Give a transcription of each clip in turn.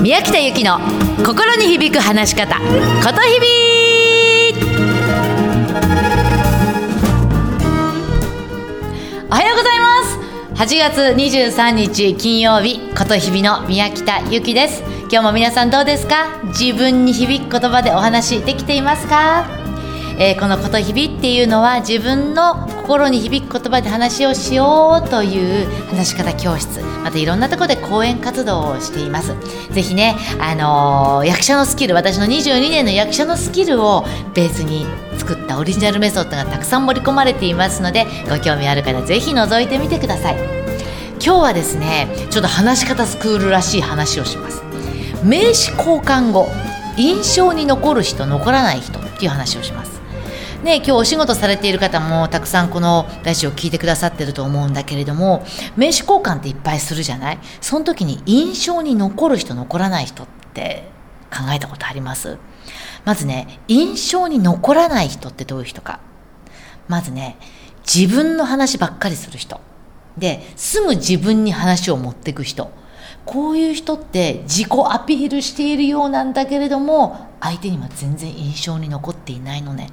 宮北由紀の心に響く話し方、ことひび。おはようございます。8月23日金曜日、ことひびの宮北由紀です。今日も皆さんどうですか？自分に響く言葉でお話できていますか？このことひびっていうのは自分の心に響く言葉で話をしようという話し方教室、またいろんなところで講演活動をしています。ぜひね、役者のスキル、私の22年の役者のスキルをベースに作ったオリジナルメソッドがたくさん盛り込まれていますので、ご興味ある方ぜひ覗いてみてください。今日はですね、ちょっと話し方スクールらしい話をします。名刺交換後、印象に残る人残らない人っていう話をしますね。今日お仕事されている方もたくさんこのラジオを聞いてくださってると思うんだけれども、名刺交換っていっぱいするじゃない。その時に印象に残る人残らない人って考えたことあります？まずね、印象に残らない人ってどういう人か。まずね、自分の話ばっかりする人ですぐ自分に話を持っていく人。こういう人って自己アピールしているようなんだけれども、相手には全然印象に残っていないのね。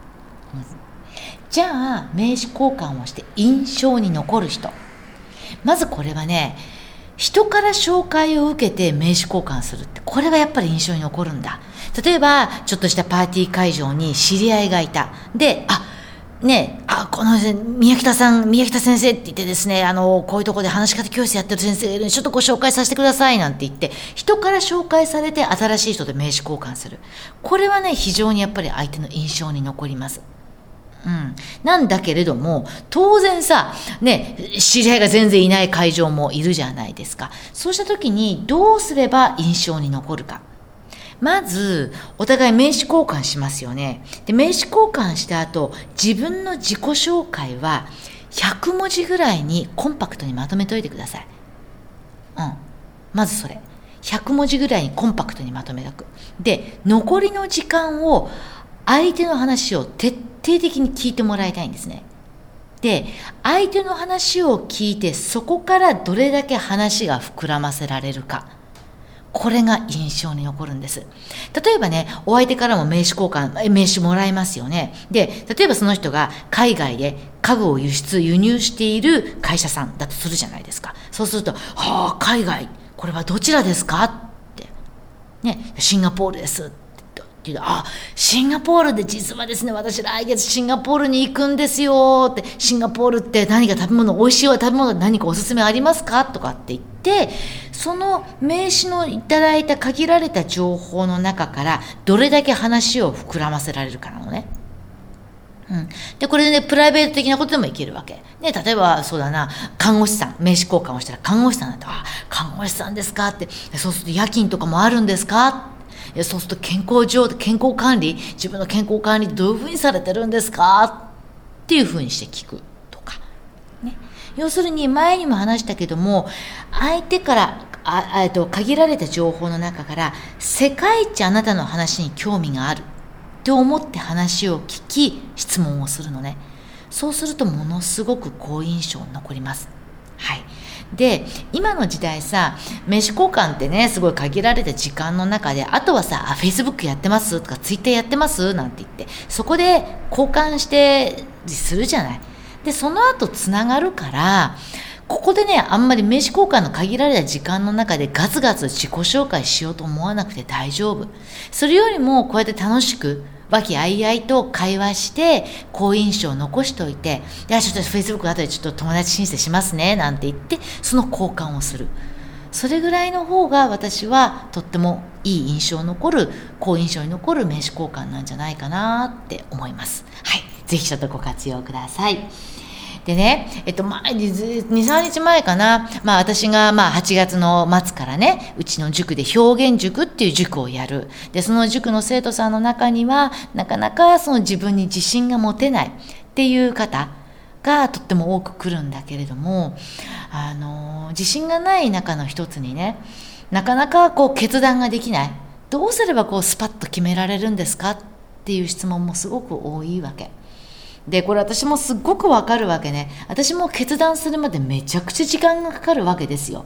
じゃあ名刺交換をして印象に残る人、まずこれはね、人から紹介を受けて名刺交換するって、これはやっぱり印象に残るんだ。例えばちょっとしたパーティー会場に知り合いがいた。で、この宮北先生って言ってですね、こういうところで話し方教室やってる先生にちょっとご紹介させてくださいなんて言って、人から紹介されて新しい人と名刺交換する。これはね、非常にやっぱり相手の印象に残ります。なんだけれども、当然さ、知り合いが全然いない会場もいるじゃないですか。そうした時にどうすれば印象に残るか。まずお互い名刺交換しますよね。で、名刺交換した後、自分の自己紹介は100文字ぐらいにコンパクトにまとめといてください。まずそれ100文字ぐらいにコンパクトにまとめとく。で、残りの時間を相手の話を徹底的に聞いてもらいたいんですね。で、相手の話を聞いて、そこからどれだけ話が膨らませられるか、これが印象に残るんです。例えばね、お相手からも名刺もらえますよね。で、例えばその人が海外で家具を輸入している会社さんだとするじゃないですか。そうすると、海外、これはどちらですかってシンガポールですって言うと、シンガポールで実はですね、私来月シンガポールに行くんですよって。シンガポールって何か美味しい食べ物何かおすすめありますかとかって言って、その名刺のいただいた限られた情報の中からどれだけ話を膨らませられるかなのね。で、これでね、プライベート的なことでもいけるわけ。例えば、そうだな、看護師さん、名刺交換をしたら看護師さんだと、看護師さんですかって。そうすると夜勤とかもあるんですか？そうすると健康管理、自分の健康管理どういうふうにされてるんですかっていうふうにして聞くとか、要するに前にも話したけども、相手から限られた情報の中から世界一あなたの話に興味があると思って話を聞き、質問をするのね。そうするとものすごく好印象に残ります。で、今の時代さ、名刺交換ってね、すごい限られた時間の中で、あとはさ、Facebook やってますとか Twitter やってますなんて言って、そこで交換してするじゃない。で、その後つながるから、ここでね、あんまり名刺交換の限られた時間の中でガツガツ自己紹介しようと思わなくて大丈夫。それよりもこうやって楽しく和気あいあいと会話して好印象を残しておいて、ちょっと Facebook 後でちょっと友達申請しますねなんて言って、その交換をする。それぐらいの方が私はとってもいい印象に残る、好印象に残る名刺交換なんじゃないかなって思います。ぜひちょっとご活用ください。でね、2、3日前かな、私が8月の末からね、うちの塾で表現塾っていう塾をやる。で、その塾の生徒さんの中には、なかなかその自分に自信が持てないっていう方がとっても多く来るんだけれども、自信がない中の一つにね、なかなか決断ができない。どうすればスパッと決められるんですかっていう質問もすごく多いわけ。で、これ私もすっごくわかるわけね。私も決断するまでめちゃくちゃ時間がかかるわけですよ。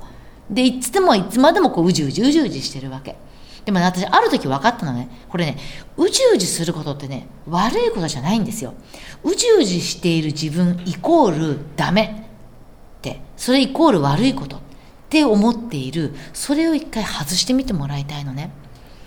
で、いつまでもこううじうじしてるわけ。でもね、私ある時分かったのね、これね、うじうじすることってね、悪いことじゃないんですよ。うじうじしている自分イコールダメって、それイコール悪いことって思っている、それを一回外してみてもらいたいのね。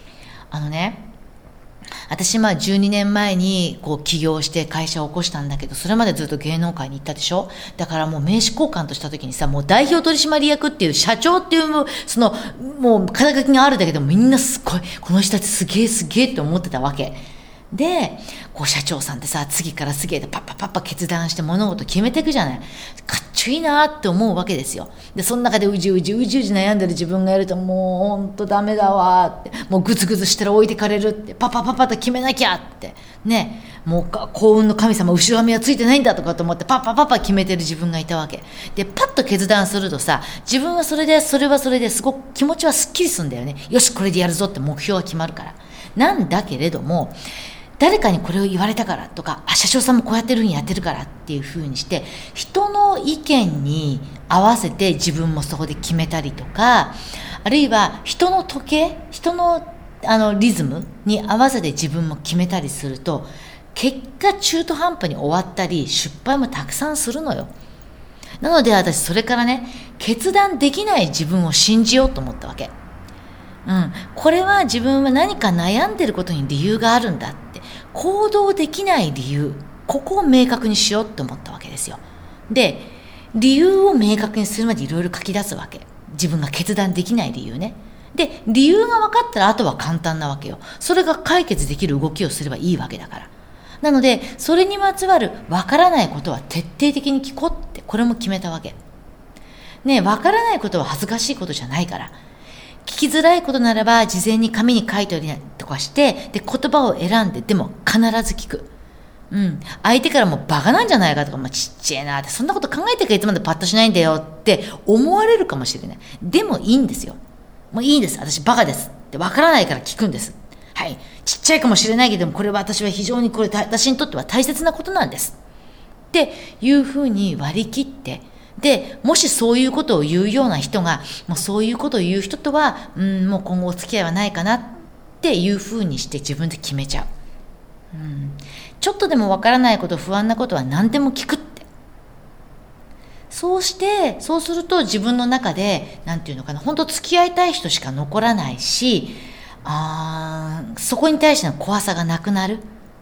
私12年前にこう起業して会社を起こしたんだけど、それまでずっと芸能界に行ったでしょ。だからもう名刺交換とした時にさ、もう代表取締役っていう社長っていうそのもう肩書きがあるだけでもみんなすごい、この人たちすげえって思ってたわけで、こう社長さんってさ、次から次へとパッパ決断して物事決めていくじゃない。かっちょいいなって思うわけですよ。で、その中でうじうじ悩んでる自分がいると、もうほんとダメだわって、もうグツグツしたら置いてかれるって、パッと決めなきゃってね、もう幸運の神様後ろ髪はついてないんだとかと思ってパッ決めてる自分がいたわけで、パッと決断するとさ、自分はそれはそれですごく気持ちはすっきりするんだよね。よし、これでやるぞって目標が決まるから。なんだけれども、誰かにこれを言われたからとか、社長さんもこうやってるふうにやってるからっていうふうにして、人の意見に合わせて自分もそこで決めたりとか、あるいは人の時計、人のリズムに合わせて自分も決めたりすると、結果中途半端に終わったり失敗もたくさんするのよ。なので私それからね、決断できない自分を信じようと思ったわけ。これは自分は何か悩んでることに理由があるんだって、行動できない理由、ここを明確にしようと思ったわけですよ。で、理由を明確にするまでいろいろ書き出すわけ。自分が決断できない理由ね。で、理由が分かったらあとは簡単なわけよ。それが解決できる動きをすればいいわけだから。なので、それにまつわる分からないことは徹底的に聞こうって、これも決めたわけ。ね、分からないことは恥ずかしいことじゃないから。聞きづらいことならば事前に紙に書いておりとかして、で、言葉を選んで、でも必ず聞く。相手からもバカなんじゃないかとか、ちっちゃいなって、そんなこと考えてからいつまでパッとしないんだよって思われるかもしれない。でもいいんですよ。もういいんです。私バカですって分からないから聞くんです。はい。ちっちゃいかもしれないけども、これは私は非常に私にとっては大切なことなんです。っていうふうに割り切って、で、もしそういうことを言うような人が、もうそういうことを言う人とは、もう今後お付き合いはないかなっていうふうにして自分で決めちゃう。ちょっとでもわからないこと、不安なことは何でも聞くって。そうすると自分の中で、なんていうのかな、本当付き合いたい人しか残らないし、そこに対しての怖さがなくなる。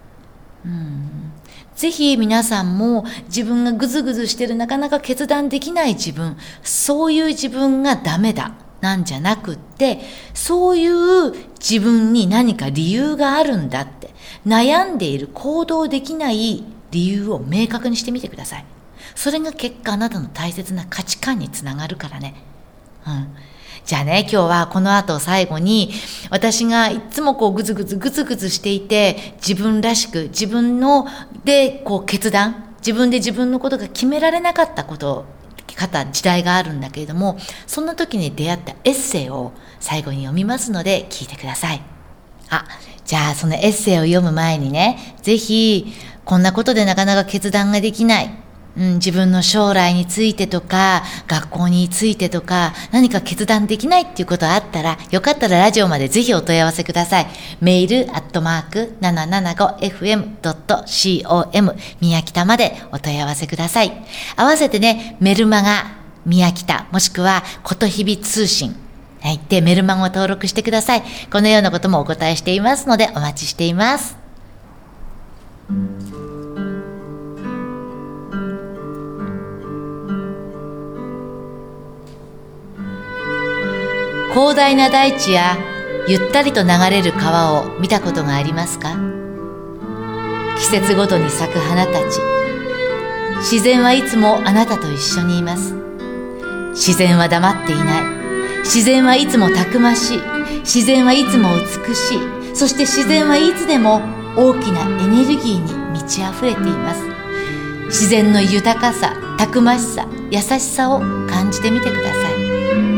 ぜひ皆さんも自分がぐずぐずしてる、なかなか決断できない自分、そういう自分がダメだなんじゃなくって、そういう自分に何か理由があるんだって、悩んでいる、行動できない理由を明確にしてみてください。それが結果あなたの大切な価値観につながるからね。じゃあね、今日はこの後最後に、私がいつもこうぐずぐずしていて、自分らしく自分のでこう決断、自分で自分のことが決められなかった時代があるんだけれども、そんな時に出会ったエッセイを最後に読みますので聞いてください。じゃあそのエッセイを読む前にね、ぜひこんなことでなかなか決断ができない、自分の将来についてとか学校についてとか何か決断できないっていうことあったら、よかったらラジオまでぜひお問い合わせください。メール@775fm.com 宮北までお問い合わせください。合わせてね、メルマガ宮北もしくはことひび通信でメルマガを登録してください。このようなこともお答えしていますのでお待ちしています。広大な大地やゆったりと流れる川を見たことがありますか？季節ごとに咲く花たち。自然はいつもあなたと一緒にいます。自然は黙っていない。自然はいつもたくましい。自然はいつも美しい。そして自然はいつでも大きなエネルギーに満ち溢れています。自然の豊かさ、たくましさ、優しさを感じてみてください。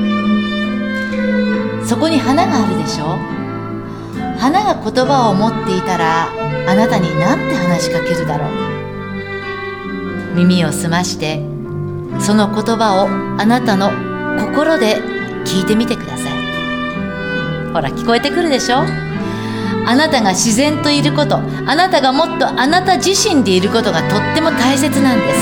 そこに花があるでしょ。花が言葉を持っていたら、あなたに何て話しかけるだろう。耳を澄まして、その言葉をあなたの心で聞いてみてください。ほら、聞こえてくるでしょ。あなたが自然といること、あなたがもっとあなた自身でいることがとっても大切なんです。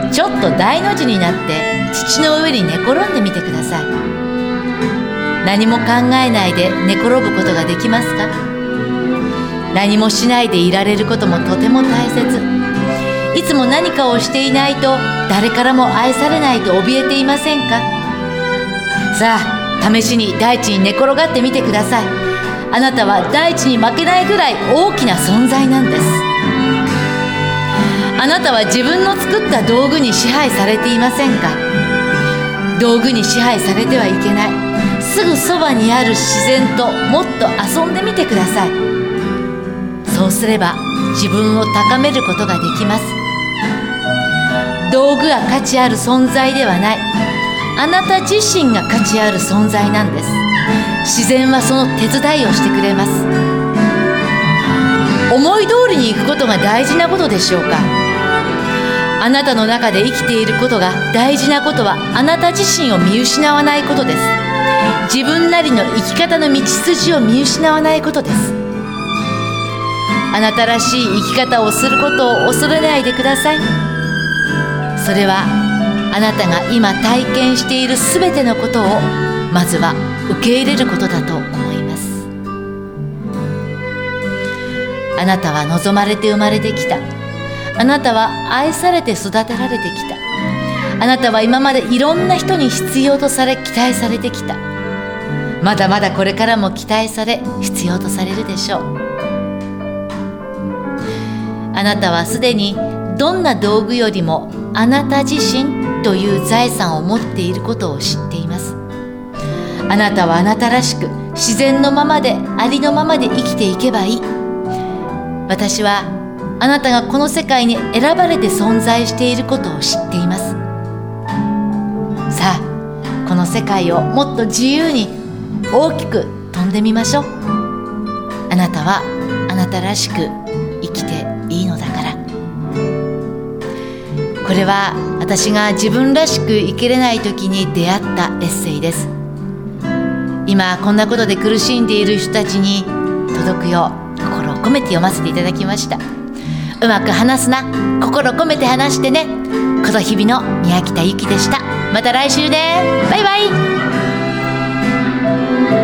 ちょっと大の字になって土の上に寝転んでみてください。何も考えないで寝転ぶことができますか？何もしないでいられることもとても大切。いつも何かをしていないと誰からも愛されないと怯えていませんか？さあ、試しに大地に寝転がってみてください。あなたは大地に負けないぐらい大きな存在なんです。あなたは自分の作った道具に支配されていませんか？道具に支配されてはいけない。すぐそばにある自然ともっと遊んでみてください。そうすれば自分を高めることができます。道具が価値ある存在ではない。あなた自身が価値ある存在なんです。自然はその手伝いをしてくれます。思い通りにいくことが大事なことでしょうか？あなたの中で生きていることが大事なことは、あなた自身を見失わないことです。自分なりの生き方の道筋を見失わないことです。あなたらしい生き方をすることを恐れないでください。それはあなたが今体験しているすべてのことをまずは受け入れることだと思います。あなたは望まれて生まれてきた。あなたは愛されて育てられてきた。あなたは今までいろんな人に必要とされ期待されてきた。まだまだこれからも期待され必要とされるでしょう。あなたはすでにどんな道具よりもあなた自身という財産を持っていることを知っています。あなたはあなたらしく自然のままでありのままで生きていけばいい。私はあなたがこの世界に選ばれて存在していることを知っています。さあ、この世界をもっと自由に大きく飛んでみましょう。あなたはあなたらしく生きていいのだから。これは私が自分らしく生きれない時に出会ったエッセイです。今こんなことで苦しんでいる人たちに届くよう心を込めて読ませていただきました。うまく話すな、心込めて話してね。この日々の宮北由紀でした。また来週ね。バイバイ。